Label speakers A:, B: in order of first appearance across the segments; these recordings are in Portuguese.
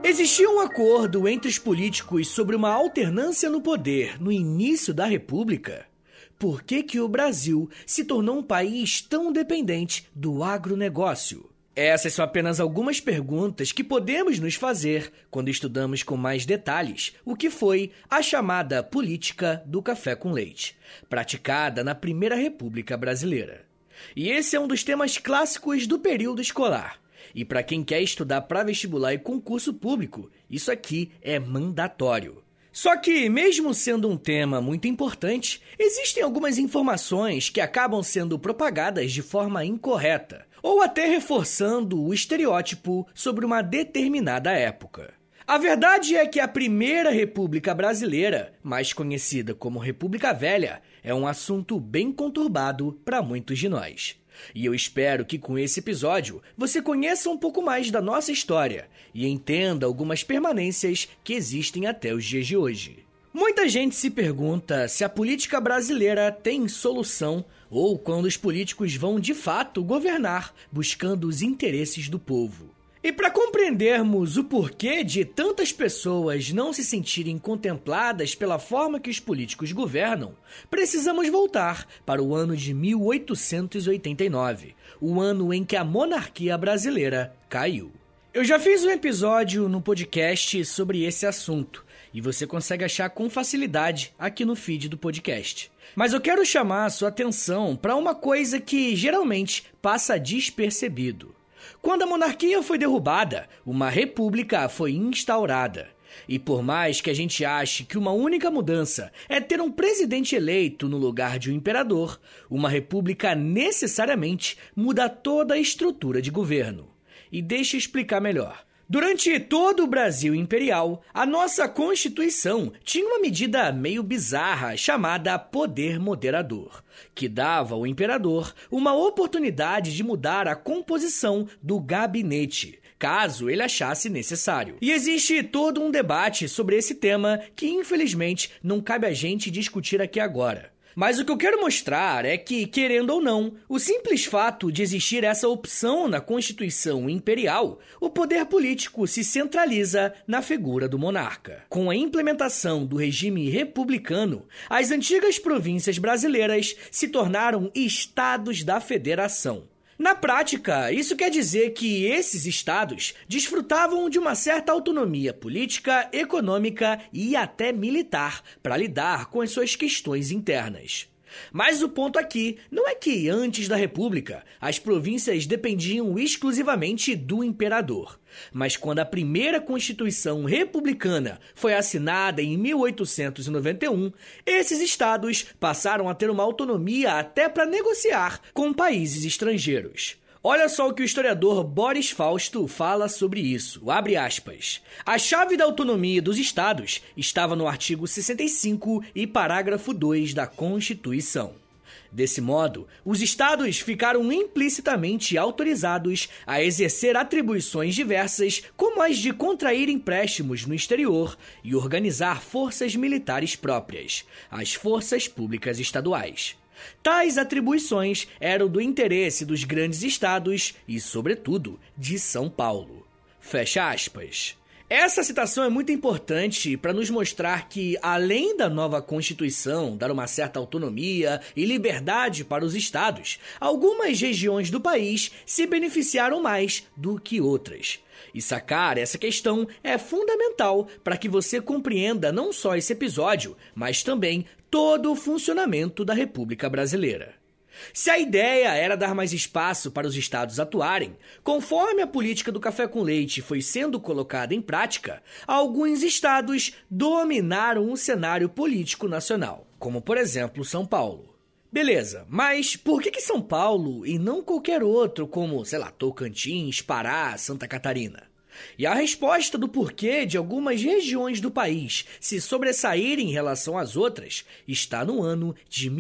A: Existia um acordo entre os políticos sobre uma alternância no poder no início da República? Por que o Brasil se tornou um país tão dependente do agronegócio? Essas são apenas algumas perguntas que podemos nos fazer quando estudamos com mais detalhes o que foi a chamada política do café com leite, praticada na Primeira República Brasileira. E esse é um dos temas clássicos do período escolar. E para quem quer estudar para vestibular e concurso público, isso aqui é mandatório. Só que, mesmo sendo um tema muito importante, existem algumas informações que acabam sendo propagadas de forma incorreta, ou até reforçando o estereótipo sobre uma determinada época. A verdade é que a Primeira República Brasileira, mais conhecida como República Velha, é um assunto bem conturbado para muitos de nós. E eu espero que com esse episódio você conheça um pouco mais da nossa história e entenda algumas permanências que existem até os dias de hoje. Muita gente se pergunta se a política brasileira tem solução ou quando os políticos vão de fato governar buscando os interesses do povo. E para compreendermos o porquê de tantas pessoas não se sentirem contempladas pela forma que os políticos governam, precisamos voltar para o ano de 1889, o ano em que a monarquia brasileira caiu. Eu já fiz um episódio no podcast sobre esse assunto, e você consegue achar com facilidade aqui no feed do podcast. Mas eu quero chamar a sua atenção para uma coisa que geralmente passa despercebido. Quando a monarquia foi derrubada, uma república foi instaurada. E por mais que a gente ache que uma única mudança é ter um presidente eleito no lugar de um imperador, uma república necessariamente muda toda a estrutura de governo. E deixa eu explicar melhor. Durante todo o Brasil imperial, a nossa Constituição tinha uma medida meio bizarra chamada poder moderador, que dava ao imperador uma oportunidade de mudar a composição do gabinete, caso ele achasse necessário. E existe todo um debate sobre esse tema que, infelizmente, não cabe a gente discutir aqui agora. Mas o que eu quero mostrar é que, querendo ou não, o simples fato de existir essa opção na Constituição Imperial, o poder político se centraliza na figura do monarca. Com a implementação do regime republicano, as antigas províncias brasileiras se tornaram estados da federação. Na prática, isso quer dizer que esses estados desfrutavam de uma certa autonomia política, econômica e até militar para lidar com as suas questões internas. Mas o ponto aqui não é que antes da República as províncias dependiam exclusivamente do imperador. Mas quando a primeira Constituição Republicana foi assinada em 1891, esses estados passaram a ter uma autonomia até para negociar com países estrangeiros. Olha só o que o historiador Boris Fausto fala sobre isso, abre aspas. A chave da autonomia dos estados estava no artigo 65 e parágrafo 2 da Constituição. Desse modo, os estados ficaram implicitamente autorizados a exercer atribuições diversas, como as de contrair empréstimos no exterior e organizar forças militares próprias, as forças públicas estaduais. Tais atribuições eram do interesse dos grandes estados e, sobretudo, de São Paulo. Fecha aspas. Essa citação é muito importante para nos mostrar que, além da nova Constituição dar uma certa autonomia e liberdade para os estados, algumas regiões do país se beneficiaram mais do que outras. E sacar essa questão é fundamental para que você compreenda não só esse episódio, mas também todo o funcionamento da República Brasileira. Se a ideia era dar mais espaço para os estados atuarem, conforme a política do café com leite foi sendo colocada em prática, alguns estados dominaram o cenário político nacional, como por exemplo São Paulo. Beleza, mas por que São Paulo e não qualquer outro como, Tocantins, Pará, Santa Catarina? E a resposta do porquê de algumas regiões do país se sobressaírem em relação às outras está no ano de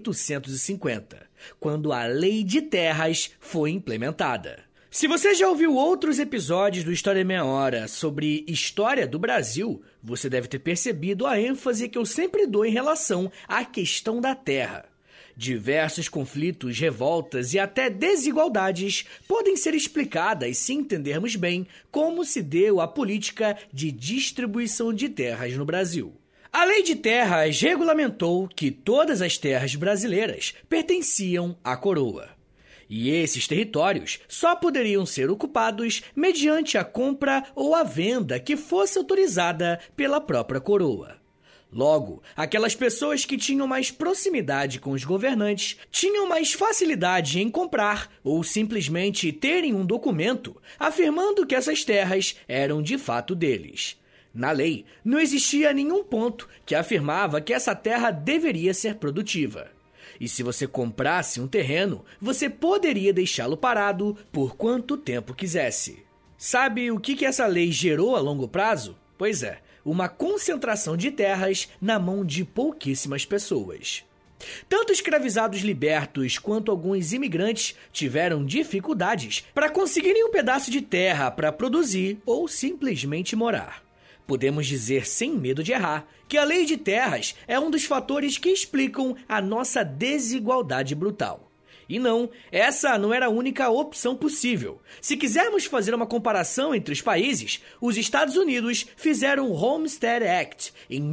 A: 1850, quando a Lei de Terras foi implementada. Se você já ouviu outros episódios do História em Meia Hora sobre história do Brasil, você deve ter percebido a ênfase que eu sempre dou em relação à questão da terra. Diversos conflitos, revoltas e até desigualdades podem ser explicadas se entendermos bem como se deu a política de distribuição de terras no Brasil. A Lei de Terras regulamentou que todas as terras brasileiras pertenciam à coroa. E esses territórios só poderiam ser ocupados mediante a compra ou a venda que fosse autorizada pela própria coroa. Logo, aquelas pessoas que tinham mais proximidade com os governantes tinham mais facilidade em comprar ou simplesmente terem um documento afirmando que essas terras eram de fato deles. Na lei, não existia nenhum ponto que afirmava que essa terra deveria ser produtiva. E se você comprasse um terreno, você poderia deixá-lo parado por quanto tempo quisesse. Sabe o que essa lei gerou a longo prazo? Pois é, uma concentração de terras na mão de pouquíssimas pessoas. Tanto escravizados libertos quanto alguns imigrantes tiveram dificuldades para conseguirem um pedaço de terra para produzir ou simplesmente morar. Podemos dizer, sem medo de errar, que a Lei de Terras é um dos fatores que explicam a nossa desigualdade brutal. E não, essa não era a única opção possível. Se quisermos fazer uma comparação entre os países, os Estados Unidos fizeram o Homestead Act em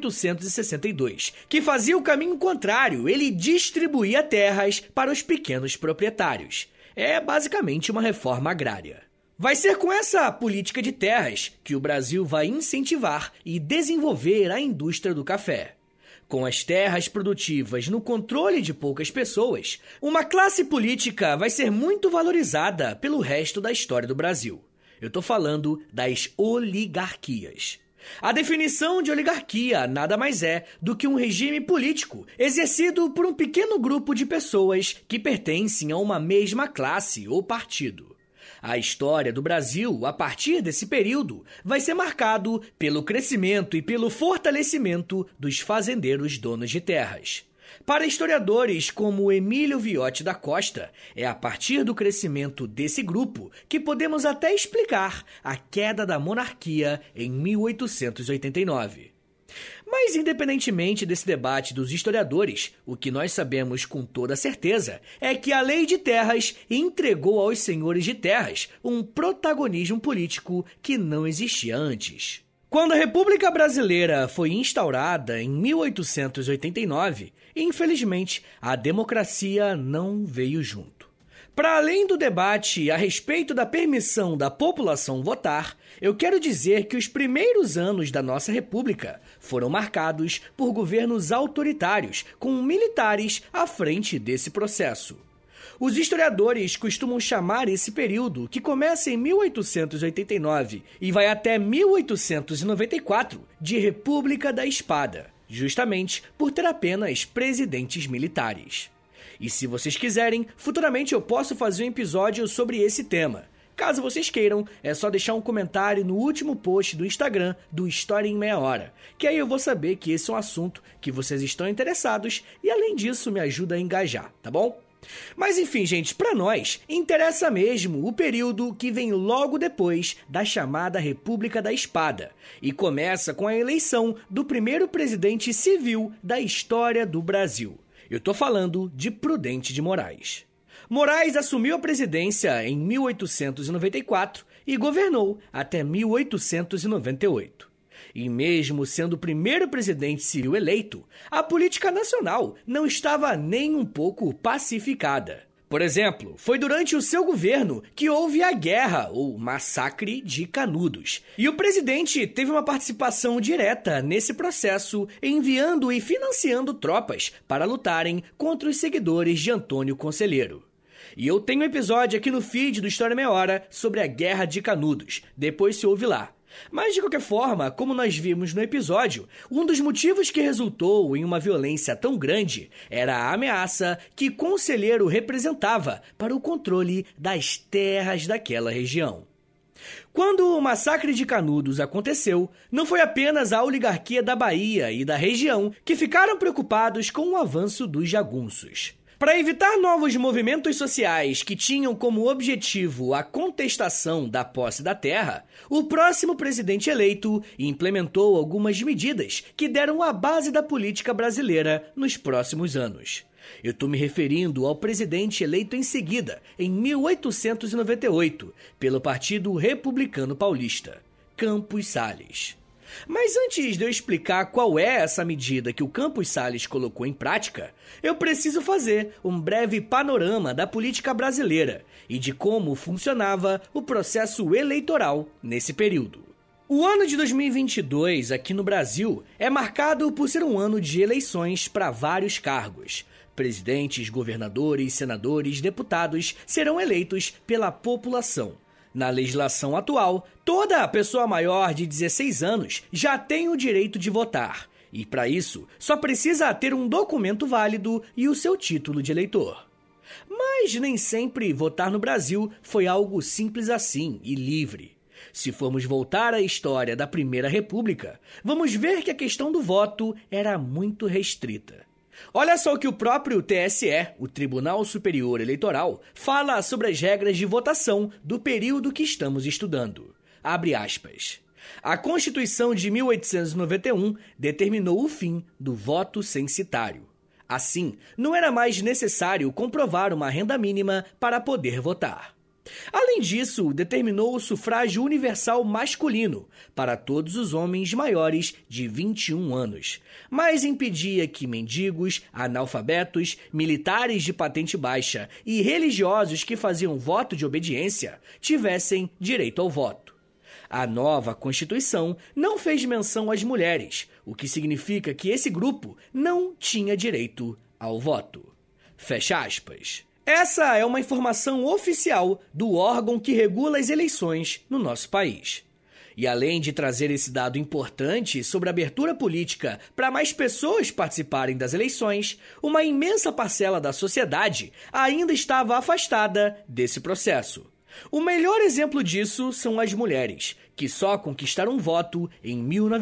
A: 1862, que fazia o caminho contrário, ele distribuía terras para os pequenos proprietários. É basicamente uma reforma agrária. Vai ser com essa política de terras que o Brasil vai incentivar e desenvolver a indústria do café. Com as terras produtivas no controle de poucas pessoas, uma classe política vai ser muito valorizada pelo resto da história do Brasil. Eu estou falando das oligarquias. A definição de oligarquia nada mais é do que um regime político exercido por um pequeno grupo de pessoas que pertencem a uma mesma classe ou partido. A história do Brasil, a partir desse período, vai ser marcado pelo crescimento e pelo fortalecimento dos fazendeiros donos de terras. Para historiadores como Emílio Viotti da Costa, é a partir do crescimento desse grupo que podemos até explicar a queda da monarquia em 1889. Mas, independentemente desse debate dos historiadores, o que nós sabemos com toda certeza é que a Lei de Terras entregou aos senhores de terras um protagonismo político que não existia antes. Quando a República Brasileira foi instaurada em 1889, infelizmente, a democracia não veio junto. Para além do debate a respeito da permissão da população votar, eu quero dizer que os primeiros anos da nossa república foram marcados por governos autoritários, com militares à frente desse processo. Os historiadores costumam chamar esse período, que começa em 1889 e vai até 1894, de República da Espada, justamente por ter apenas presidentes militares. E se vocês quiserem, futuramente eu posso fazer um episódio sobre esse tema. Caso vocês queiram, é só deixar um comentário no último post do Instagram do História em Meia Hora, que aí eu vou saber que esse é um assunto que vocês estão interessados e além disso me ajuda a engajar, tá bom? Mas enfim, gente, para nós, interessa mesmo o período que vem logo depois da chamada República da Espada e começa com a eleição do primeiro presidente civil da história do Brasil. Eu tô falando de Prudente de Moraes. Moraes assumiu a presidência em 1894 e governou até 1898. E mesmo sendo o primeiro presidente civil eleito, a política nacional não estava nem um pouco pacificada. Por exemplo, foi durante o seu governo que houve a Guerra, ou Massacre de Canudos. E o presidente teve uma participação direta nesse processo, enviando e financiando tropas para lutarem contra os seguidores de Antônio Conselheiro. E eu tenho um episódio aqui no feed do História Meia Hora sobre a Guerra de Canudos, depois se ouve lá. Mas, de qualquer forma, como nós vimos no episódio, um dos motivos que resultou em uma violência tão grande era a ameaça que Conselheiro representava para o controle das terras daquela região. Quando o Massacre de Canudos aconteceu, não foi apenas a oligarquia da Bahia e da região que ficaram preocupados com o avanço dos jagunços. Para evitar novos movimentos sociais que tinham como objetivo a contestação da posse da terra, o próximo presidente eleito implementou algumas medidas que deram a base da política brasileira nos próximos anos. Eu estou me referindo ao presidente eleito em seguida, em 1898, pelo Partido Republicano Paulista, Campos Salles. Mas antes de eu explicar qual é essa medida que o Campos Salles colocou em prática, eu preciso fazer um breve panorama da política brasileira e de como funcionava o processo eleitoral nesse período. O ano de 2022 aqui no Brasil é marcado por ser um ano de eleições para vários cargos. Presidentes, governadores, senadores, deputados serão eleitos pela população. Na legislação atual, toda pessoa maior de 16 anos já tem o direito de votar. E, para isso, só precisa ter um documento válido e o seu título de eleitor. Mas nem sempre votar no Brasil foi algo simples assim e livre. Se formos voltar à história da Primeira República, vamos ver que a questão do voto era muito restrita. Olha só o que o próprio TSE, o Tribunal Superior Eleitoral, fala sobre as regras de votação do período que estamos estudando. Abre aspas. A Constituição de 1891 determinou o fim do voto censitário. Assim, não era mais necessário comprovar uma renda mínima para poder votar. Além disso, determinou o sufrágio universal masculino para todos os homens maiores de 21 anos, mas impedia que mendigos, analfabetos, militares de patente baixa e religiosos que faziam voto de obediência tivessem direito ao voto. A nova Constituição não fez menção às mulheres, o que significa que esse grupo não tinha direito ao voto. Fecha aspas. Essa é uma informação oficial do órgão que regula as eleições no nosso país. E além de trazer esse dado importante sobre a abertura política para mais pessoas participarem das eleições, uma imensa parcela da sociedade ainda estava afastada desse processo. O melhor exemplo disso são as mulheres, que só conquistaram voto em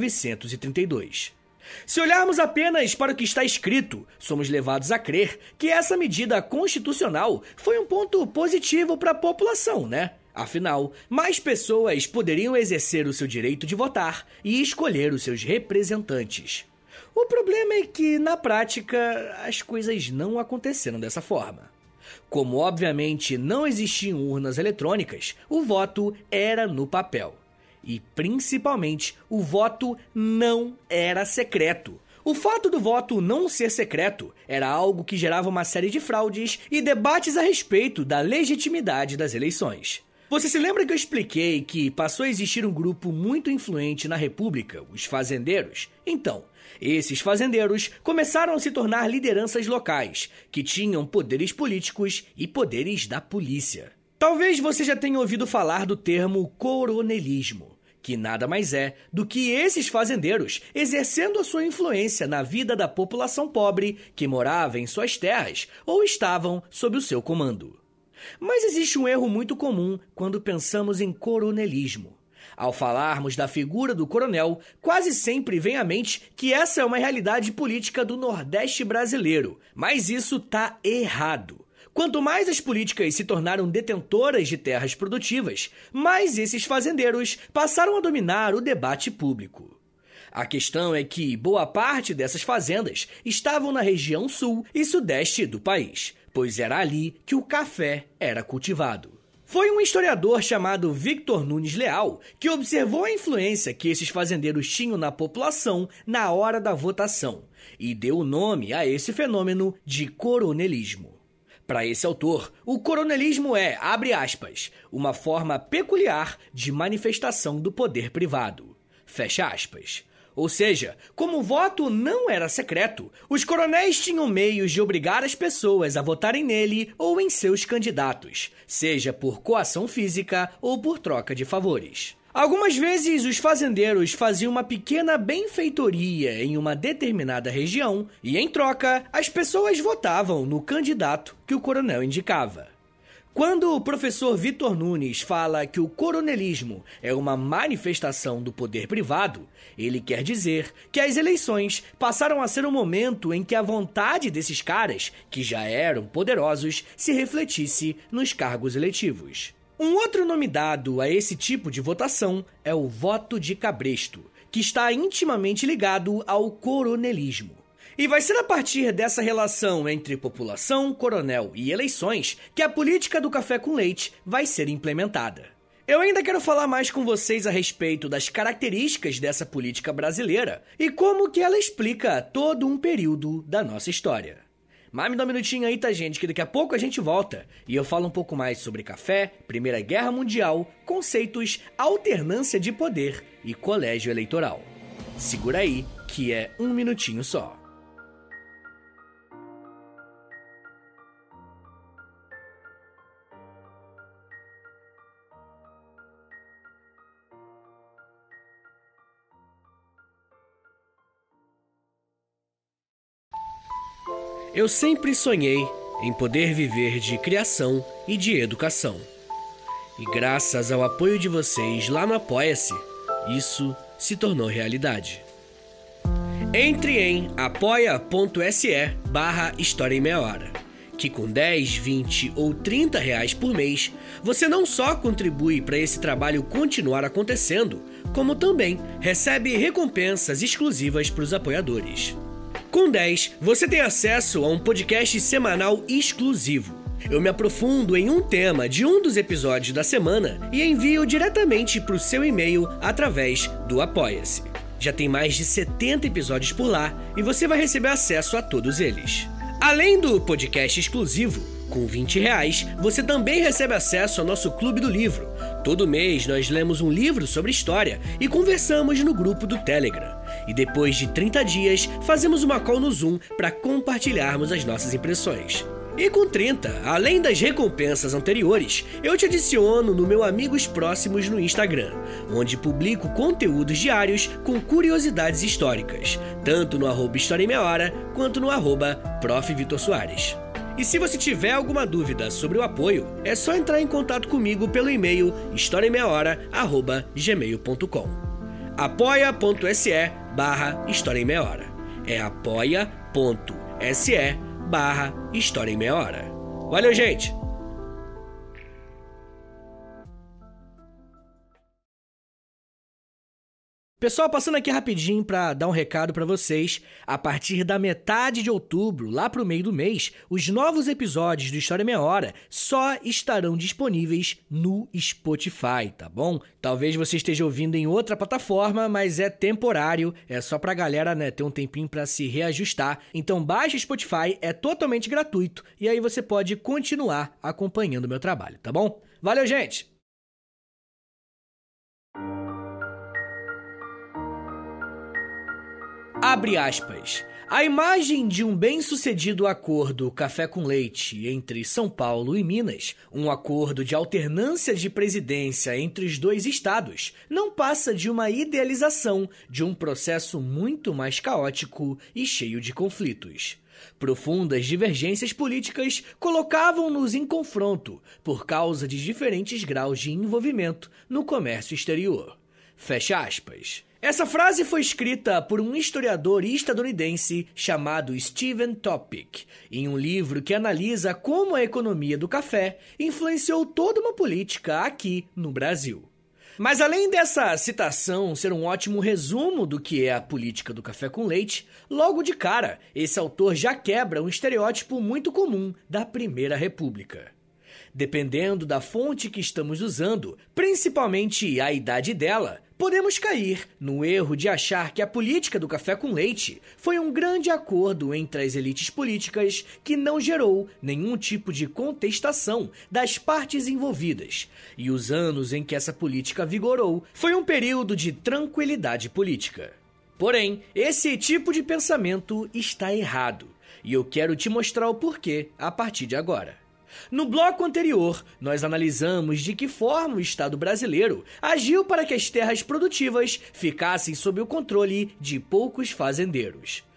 A: 1932. Se olharmos apenas para o que está escrito, somos levados a crer que essa medida constitucional foi um ponto positivo para a população, né? Afinal, mais pessoas poderiam exercer o seu direito de votar e escolher os seus representantes. O problema é que, na prática, as coisas não aconteceram dessa forma. Como, obviamente, não existiam urnas eletrônicas, o voto era no papel. E, principalmente, o voto não era secreto. O fato do voto não ser secreto era algo que gerava uma série de fraudes e debates a respeito da legitimidade das eleições. Você se lembra que eu expliquei que passou a existir um grupo muito influente na República, os fazendeiros? Então, esses fazendeiros começaram a se tornar lideranças locais, que tinham poderes políticos e poderes da polícia. Talvez você já tenha ouvido falar do termo coronelismo, que nada mais é do que esses fazendeiros exercendo a sua influência na vida da população pobre que morava em suas terras ou estavam sob o seu comando. Mas existe um erro muito comum quando pensamos em coronelismo. Ao falarmos da figura do coronel, quase sempre vem à mente que essa é uma realidade política do Nordeste brasileiro, mas isso está errado. Quanto mais as políticas se tornaram detentoras de terras produtivas, mais esses fazendeiros passaram a dominar o debate público. A questão é que boa parte dessas fazendas estavam na região sul e sudeste do país, pois era ali que o café era cultivado. Foi um historiador chamado Victor Nunes Leal que observou a influência que esses fazendeiros tinham na população na hora da votação e deu o nome a esse fenômeno de coronelismo. Para esse autor, o coronelismo é, abre aspas, uma forma peculiar de manifestação do poder privado. Fecha aspas. Ou seja, como o voto não era secreto, os coronéis tinham meios de obrigar as pessoas a votarem nele ou em seus candidatos, seja por coação física ou por troca de favores. Algumas vezes, os fazendeiros faziam uma pequena benfeitoria em uma determinada região e, em troca, as pessoas votavam no candidato que o coronel indicava. Quando o professor Vitor Nunes fala que o coronelismo é uma manifestação do poder privado, ele quer dizer que as eleições passaram a ser um momento em que a vontade desses caras, que já eram poderosos, se refletisse nos cargos eletivos. Um outro nome dado a esse tipo de votação é o voto de cabresto, que está intimamente ligado ao coronelismo. E vai ser a partir dessa relação entre população, coronel e eleições que a política do café com leite vai ser implementada. Eu ainda quero falar mais com vocês a respeito das características dessa política brasileira e como que ela explica todo um período da nossa história. Mas me dá um minutinho aí, tá, gente, que daqui a pouco a gente volta e eu falo um pouco mais sobre café, Primeira Guerra Mundial, conceitos, alternância de poder e colégio eleitoral. Segura aí, que é um minutinho só. Eu sempre sonhei em poder viver de criação e de educação. E graças ao apoio de vocês lá no Apoia-se, isso se tornou realidade. Entre em apoia.se/História em Meia Hora, que com 10, 20 ou 30 reais por mês, você não só contribui para esse trabalho continuar acontecendo, como também recebe recompensas exclusivas para os apoiadores. Com 10, você tem acesso a um podcast semanal exclusivo. Eu me aprofundo em um tema de um dos episódios da semana e envio diretamente para o seu e-mail através do Apoia-se. Já tem mais de 70 episódios por lá e você vai receber acesso a todos eles. Além do podcast exclusivo, com 20 reais, você também recebe acesso ao nosso Clube do Livro. Todo mês nós lemos um livro sobre história e conversamos no grupo do Telegram. E depois de 30 dias, fazemos uma call no Zoom para compartilharmos as nossas impressões. E com 30, além das recompensas anteriores, eu te adiciono no meu Amigos Próximos no Instagram, onde publico conteúdos diários com curiosidades históricas, tanto no @História em Meia Hora, quanto no @Prof. Vitor Soares. E se você tiver alguma dúvida sobre o apoio, é só entrar em contato comigo pelo e-mail historiaemmeiahora@gmail.com. apoia.se/História em Meia Hora. É apoia.se/História em Meia Hora. Valeu, gente! Pessoal, passando aqui rapidinho para dar um recado para vocês. A partir da metade de outubro, lá pro meio do mês, os novos episódios do História em Meia Hora só estarão disponíveis no Spotify, tá bom? Talvez você esteja ouvindo em outra plataforma, mas é temporário, é só pra galera, né, ter um tempinho para se reajustar. Então baixa o Spotify, é totalmente gratuito, e aí você pode continuar acompanhando o meu trabalho, tá bom? Valeu, gente! Abre aspas. A imagem de um bem-sucedido acordo café com leite entre São Paulo e Minas, um acordo de alternância de presidência entre os dois estados, não passa de uma idealização de um processo muito mais caótico e cheio de conflitos. Profundas divergências políticas colocavam-nos em confronto por causa de diferentes graus de envolvimento no comércio exterior. Fecha aspas. Essa frase foi escrita por um historiador estadunidense chamado Stephen Topic, em um livro que analisa como a economia do café influenciou toda uma política aqui no Brasil. Mas além dessa citação ser um ótimo resumo do que é a política do café com leite, logo de cara, esse autor já quebra um estereótipo muito comum da Primeira República. Dependendo da fonte que estamos usando, principalmente a idade dela, podemos cair no erro de achar que a política do café com leite foi um grande acordo entre as elites políticas que não gerou nenhum tipo de contestação das partes envolvidas. E os anos em que essa política vigorou foi um período de tranquilidade política. Porém, esse tipo de pensamento está errado, e eu quero te mostrar o porquê a partir de agora. No bloco anterior, nós analisamos de que forma o Estado brasileiro agiu para que as terras produtivas ficassem sob o controle de poucos fazendeiros.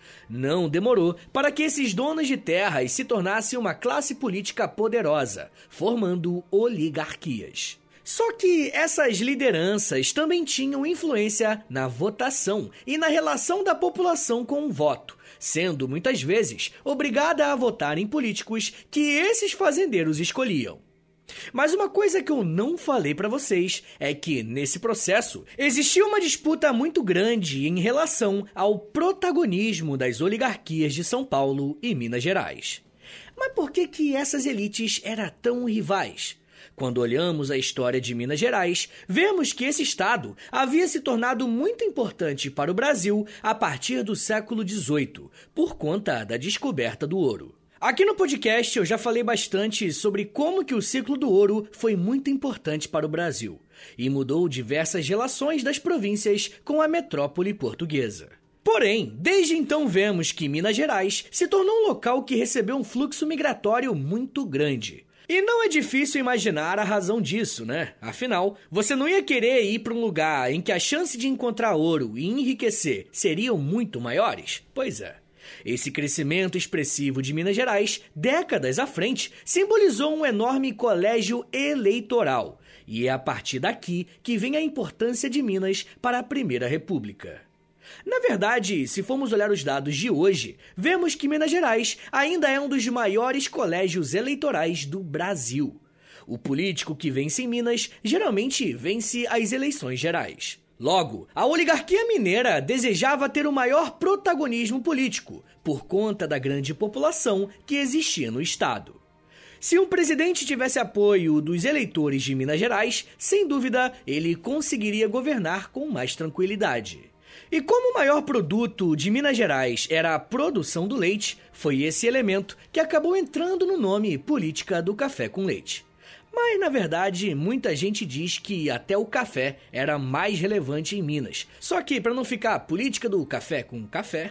A: Não demorou para que esses donos de terras se tornassem uma classe política poderosa, formando oligarquias. Só que essas lideranças também tinham influência na votação e na relação da população com o voto, sendo muitas vezes obrigada a votar em políticos que esses fazendeiros escolhiam. Mas uma coisa que eu não falei para vocês é que, nesse processo, existia uma disputa muito grande em relação ao protagonismo das oligarquias de São Paulo e Minas Gerais. Mas por que essas elites eram tão rivais? Quando olhamos a história de Minas Gerais, vemos que esse estado havia se tornado muito importante para o Brasil a partir do século XVIII, por conta da descoberta do ouro. Aqui no podcast eu já falei bastante sobre como que o ciclo do ouro foi muito importante para o Brasil e mudou diversas relações das províncias com a metrópole portuguesa. Porém, desde então vemos que Minas Gerais se tornou um local que recebeu um fluxo migratório muito grande. E não é difícil imaginar a razão disso, né? Afinal, você não ia querer ir para um lugar em que a chance de encontrar ouro e enriquecer seriam muito maiores? Pois é. Esse crescimento expressivo de Minas Gerais, décadas à frente, simbolizou um enorme colégio eleitoral. E é a partir daqui que vem a importância de Minas para a Primeira República. Na verdade, se formos olhar os dados de hoje, vemos que Minas Gerais ainda é um dos maiores colégios eleitorais do Brasil. O político que vence em Minas geralmente vence as eleições gerais. Logo, a oligarquia mineira desejava ter o maior protagonismo político, por conta da grande população que existia no estado. Se um presidente tivesse apoio dos eleitores de Minas Gerais, sem dúvida, ele conseguiria governar com mais tranquilidade. E como o maior produto de Minas Gerais era a produção do leite, foi esse elemento que acabou entrando no nome política do café com leite. Mas, na verdade, muita gente diz que até o café era mais relevante em Minas. Só que, para não ficar política do café com café,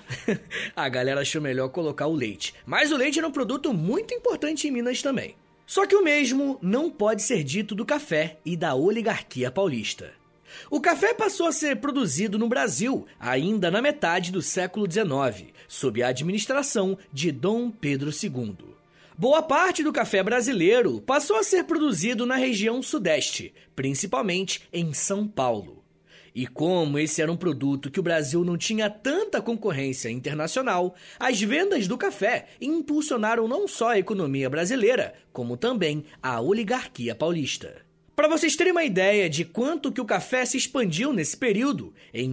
A: a galera achou melhor colocar o leite. Mas o leite era um produto muito importante em Minas também. Só que o mesmo não pode ser dito do café e da oligarquia paulista. O café passou a ser produzido no Brasil ainda na metade do século XIX, sob a administração de Dom Pedro II. Boa parte do café brasileiro passou a ser produzido na região sudeste, principalmente em São Paulo. E como esse era um produto que o Brasil não tinha tanta concorrência internacional, as vendas do café impulsionaram não só a economia brasileira, como também a oligarquia paulista. Para vocês terem uma ideia de quanto que o café se expandiu nesse período, em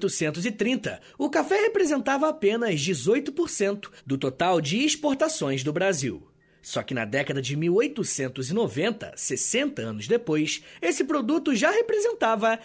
A: 1830, o café representava apenas 18% do total de exportações do Brasil. Só que na década de 1890, 60 anos depois, esse produto já representava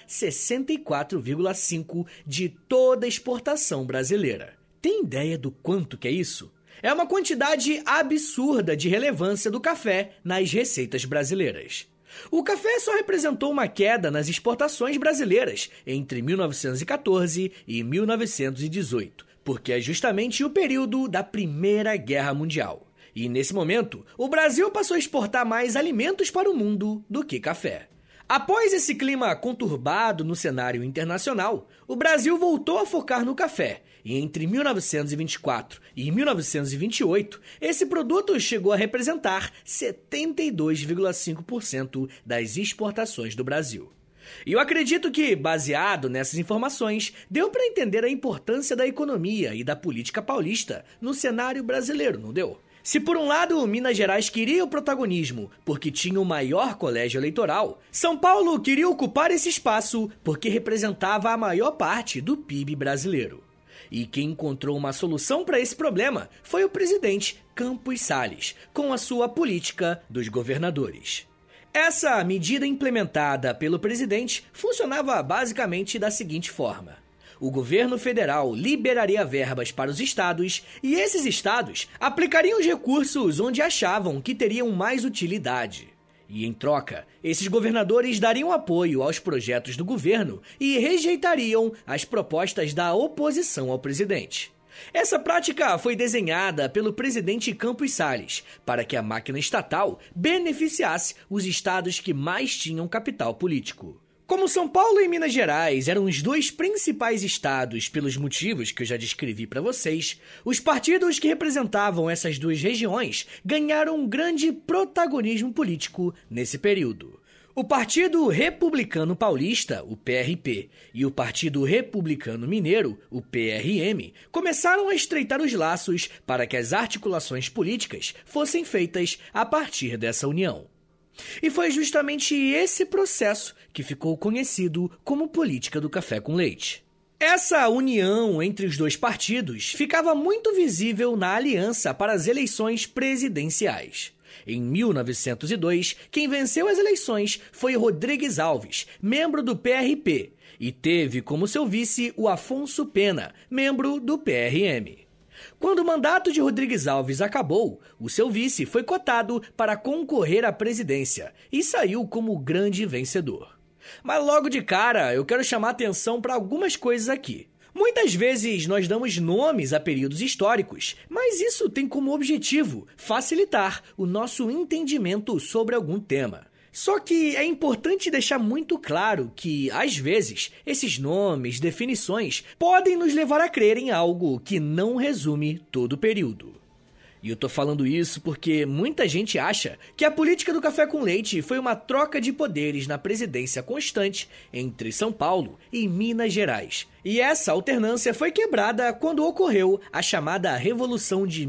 A: 64,5% de toda a exportação brasileira. Tem ideia do quanto que é isso? É uma quantidade absurda de relevância do café nas receitas brasileiras. O café só representou uma queda nas exportações brasileiras entre 1914 e 1918, porque é justamente o período da Primeira Guerra Mundial. E nesse momento, o Brasil passou a exportar mais alimentos para o mundo do que café. Após esse clima conturbado no cenário internacional, o Brasil voltou a focar no café, e entre 1924 e 1928, esse produto chegou a representar 72,5% das exportações do Brasil. E eu acredito que, baseado nessas informações, deu para entender a importância da economia e da política paulista no cenário brasileiro, não deu? Se por um lado Minas Gerais queria o protagonismo porque tinha o maior colégio eleitoral, São Paulo queria ocupar esse espaço porque representava a maior parte do PIB brasileiro. E quem encontrou uma solução para esse problema foi o presidente Campos Salles, com a sua política dos governadores. Essa medida implementada pelo presidente funcionava basicamente da seguinte forma: o governo federal liberaria verbas para os estados e esses estados aplicariam os recursos onde achavam que teriam mais utilidade. E, em troca, esses governadores dariam apoio aos projetos do governo e rejeitariam as propostas da oposição ao presidente. Essa prática foi desenhada pelo presidente Campos Salles para que a máquina estatal beneficiasse os estados que mais tinham capital político. Como São Paulo e Minas Gerais eram os dois principais estados pelos motivos que eu já descrevi para vocês, os partidos que representavam essas duas regiões ganharam um grande protagonismo político nesse período. O Partido Republicano Paulista, o PRP, e o Partido Republicano Mineiro, o PRM, começaram a estreitar os laços para que as articulações políticas fossem feitas a partir dessa união. E foi justamente esse processo que ficou conhecido como política do café com leite. Essa união entre os dois partidos ficava muito visível na aliança para as eleições presidenciais. Em 1902, quem venceu as eleições foi Rodrigues Alves, membro do PRP, e teve como seu vice o Afonso Pena, membro do PRM. Quando o mandato de Rodrigues Alves acabou, o seu vice foi cotado para concorrer à presidência e saiu como grande vencedor. Mas logo de cara, eu quero chamar atenção para algumas coisas aqui. Muitas vezes nós damos nomes a períodos históricos, mas isso tem como objetivo facilitar o nosso entendimento sobre algum tema. Só que é importante deixar muito claro que, às vezes, esses nomes, definições, podem nos levar a crer em algo que não resume todo o período. E eu tô falando isso porque muita gente acha que a política do café com leite foi uma troca de poderes na presidência constante entre São Paulo e Minas Gerais. E essa alternância foi quebrada quando ocorreu a chamada Revolução de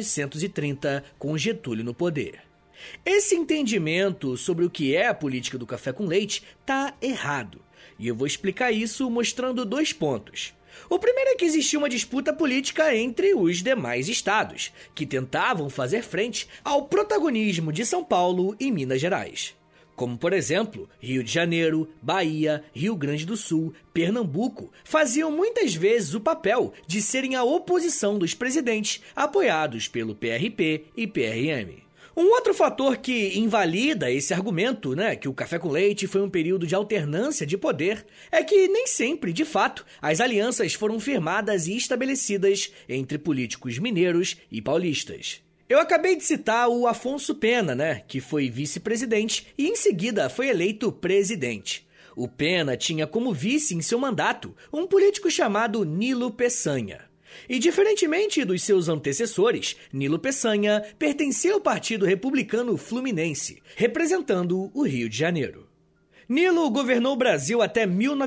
A: 1930 com Getúlio no poder. Esse entendimento sobre o que é a política do café com leite está errado. E eu vou explicar isso mostrando dois pontos. O primeiro é que existia uma disputa política entre os demais estados, que tentavam fazer frente ao protagonismo de São Paulo e Minas Gerais. Como, por exemplo, Rio de Janeiro, Bahia, Rio Grande do Sul, Pernambuco, faziam muitas vezes o papel de serem a oposição dos presidentes apoiados pelo PRP e PRM. Um outro fator que invalida esse argumento, que o café com leite foi um período de alternância de poder, é que nem sempre, de fato, as alianças foram firmadas e estabelecidas entre políticos mineiros e paulistas. Eu acabei de citar o Afonso Pena, que foi vice-presidente e em seguida foi eleito presidente. O Pena tinha como vice em seu mandato um político chamado Nilo Peçanha. E diferentemente dos seus antecessores, Nilo Peçanha pertencia ao Partido Republicano Fluminense, representando o Rio de Janeiro. Nilo governou o Brasil até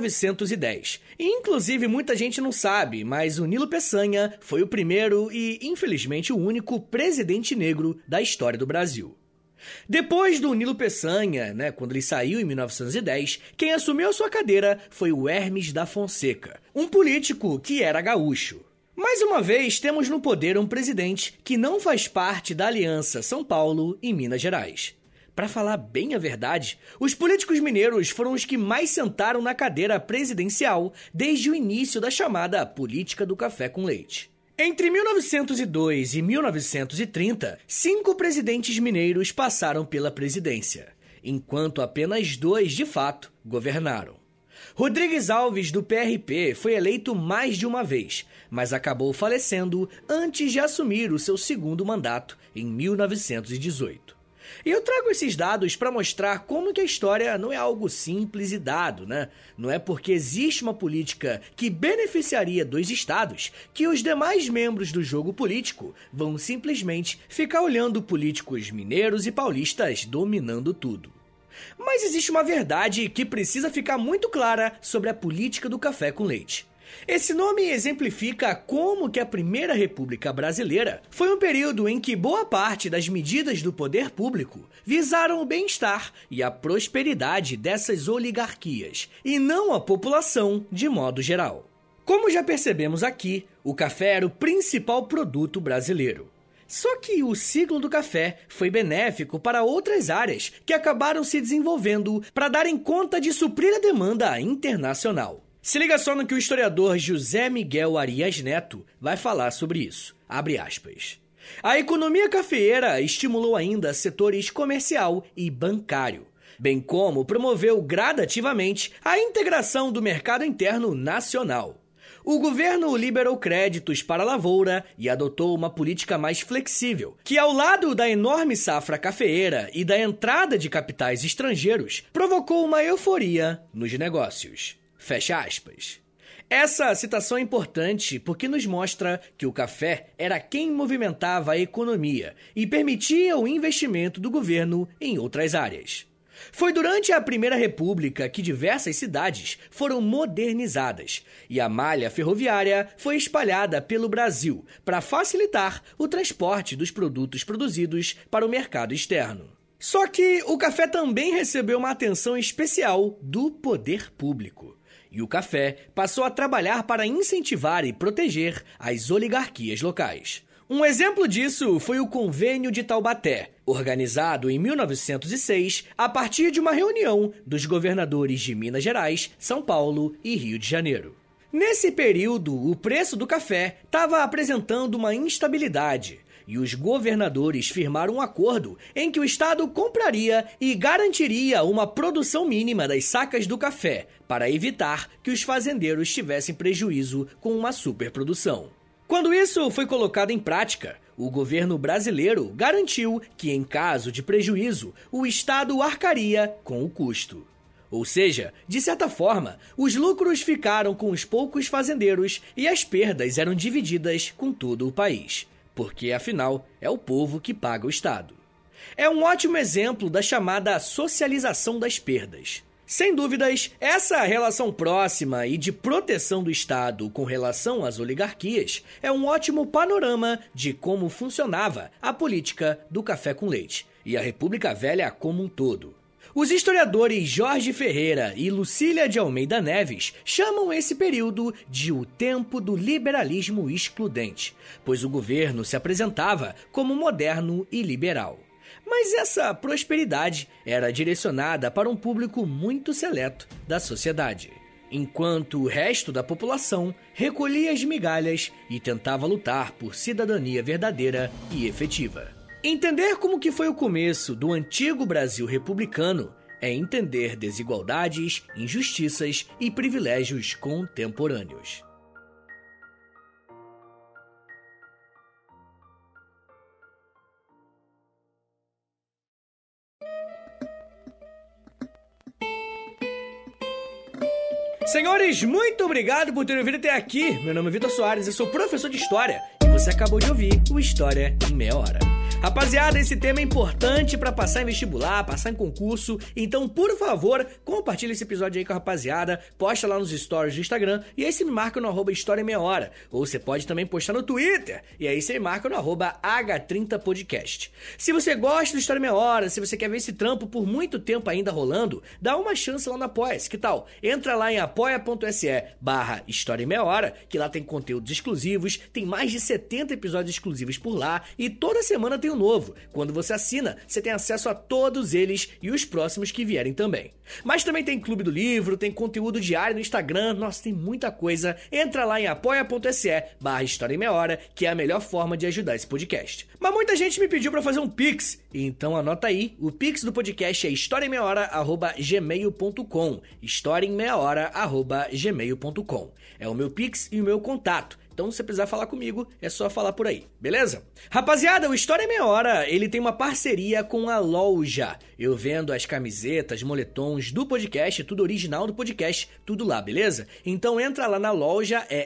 A: 1910, e inclusive muita gente não sabe, mas o Nilo Peçanha foi o primeiro e, infelizmente, o único presidente negro da história do Brasil. Depois do Nilo Peçanha, quando ele saiu em 1910, quem assumiu a sua cadeira foi o Hermes da Fonseca, um político que era gaúcho. Mais uma vez, temos no poder um presidente que não faz parte da aliança São Paulo e Minas Gerais. Para falar bem a verdade, os políticos mineiros foram os que mais sentaram na cadeira presidencial desde o início da chamada política do café com leite. Entre 1902 e 1930, 5 presidentes mineiros passaram pela presidência, enquanto apenas 2, de fato, governaram. Rodrigues Alves, do PRP, foi eleito mais de uma vez, mas acabou falecendo antes de assumir o seu segundo mandato, em 1918. E eu trago esses dados para mostrar como que a história não é algo simples e dado, Não é porque existe uma política que beneficiaria 2 estados que os demais membros do jogo político vão simplesmente ficar olhando políticos mineiros e paulistas dominando tudo. Mas existe uma verdade que precisa ficar muito clara sobre a política do café com leite. Esse nome exemplifica como que a Primeira República Brasileira foi um período em que boa parte das medidas do poder público visaram o bem-estar e a prosperidade dessas oligarquias, e não a população de modo geral. Como já percebemos aqui, o café era o principal produto brasileiro. Só que o ciclo do café foi benéfico para outras áreas que acabaram se desenvolvendo para darem conta de suprir a demanda internacional. Se liga só no que o historiador José Miguel Arias Neto vai falar sobre isso. Abre aspas. A economia cafeeira estimulou ainda setores comercial e bancário, bem como promoveu gradativamente a integração do mercado interno nacional. O governo liberou créditos para a lavoura e adotou uma política mais flexível, que ao lado da enorme safra cafeeira e da entrada de capitais estrangeiros, provocou uma euforia nos negócios. Fecha aspas. Essa citação é importante porque nos mostra que o café era quem movimentava a economia e permitia o investimento do governo em outras áreas. Foi durante a Primeira República que diversas cidades foram modernizadas e a malha ferroviária foi espalhada pelo Brasil para facilitar o transporte dos produtos produzidos para o mercado externo. Só que o café também recebeu uma atenção especial do poder público. E o café passou a trabalhar para incentivar e proteger as oligarquias locais. Um exemplo disso foi o Convênio de Taubaté, organizado em 1906 a partir de uma reunião dos governadores de Minas Gerais, São Paulo e Rio de Janeiro. Nesse período, o preço do café estava apresentando uma instabilidade e os governadores firmaram um acordo em que o Estado compraria e garantiria uma produção mínima das sacas do café para evitar que os fazendeiros tivessem prejuízo com uma superprodução. Quando isso foi colocado em prática, o governo brasileiro garantiu que, em caso de prejuízo, o Estado arcaria com o custo. Ou seja, de certa forma, os lucros ficaram com os poucos fazendeiros e as perdas eram divididas com todo o país, porque, afinal, é o povo que paga o Estado. É um ótimo exemplo da chamada socialização das perdas. Sem dúvidas, essa relação próxima e de proteção do Estado com relação às oligarquias é um ótimo panorama de como funcionava a política do café com leite e a República Velha como um todo. Os historiadores Jorge Ferreira e Lucília de Almeida Neves chamam esse período de o tempo do liberalismo excludente, pois o governo se apresentava como moderno e liberal. Mas essa prosperidade era direcionada para um público muito seleto da sociedade, enquanto o resto da população recolhia as migalhas e tentava lutar por cidadania verdadeira e efetiva. Entender como que foi o começo do antigo Brasil republicano é entender desigualdades, injustiças e privilégios contemporâneos. Senhores, muito obrigado por terem vindo até aqui. Meu nome é Vitor Soares, eu sou professor de História e você acabou de ouvir o História em Meia Hora. Rapaziada, esse tema é importante para passar em vestibular, passar em concurso, então, por favor, compartilha esse episódio aí com a rapaziada, posta lá nos stories do Instagram e aí você me marca no @História em Meia Hora. Ou você pode também postar no Twitter e aí você me marca no @H30podcast. Se você gosta do História em Meia Hora, se você quer ver esse trampo por muito tempo ainda rolando, dá uma chance lá no Apoia-se, que tal? Entra lá em apoia.se/História em Meia Hora, que lá tem conteúdos exclusivos, tem mais de 70 episódios exclusivos por lá e toda semana tem um novo. Quando você assina, você tem acesso a todos eles e os próximos que vierem também. Mas também tem Clube do Livro, tem conteúdo diário no Instagram, nossa, tem muita coisa. Entra lá em apoia.se/História em Meia Hora, que é a melhor forma de ajudar esse podcast. Mas muita gente me pediu pra fazer um Pix, então anota aí, o Pix do podcast é historiaemmeiahora@gmail.com, historiaemmeiahora@gmail.com. É o meu Pix e o meu contato. Então, se você precisar falar comigo, é só falar por aí, beleza? Rapaziada, o História em Meia Hora, ele tem uma parceria com a Loja. Eu vendo as camisetas, moletons do podcast, tudo original do podcast, tudo lá, beleza? Então, entra lá na loja, é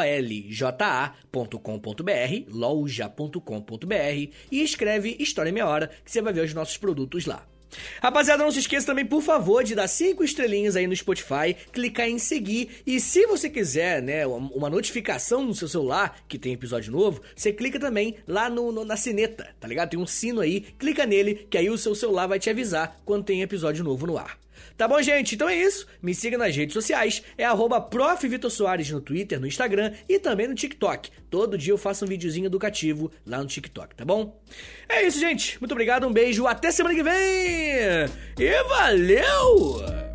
A: lolja.com.br, loja.com.br, e escreve História em Meia Hora, que você vai ver os nossos produtos lá. Rapaziada, não se esqueça também, por favor, de dar 5 estrelinhas aí no Spotify, clicar em seguir e se você quiser, né, uma notificação no seu celular que tem episódio novo, você clica também lá na sineta, tá ligado? Tem um sino aí, clica nele que aí o seu celular vai te avisar quando tem episódio novo no ar. Tá bom, gente? Então é isso. Me siga nas redes sociais. É @Prof. Vitor Soares no Twitter, no Instagram e também no TikTok. Todo dia eu faço um videozinho educativo lá no TikTok, tá bom? É isso, gente. Muito obrigado, um beijo. Até semana que vem. E valeu!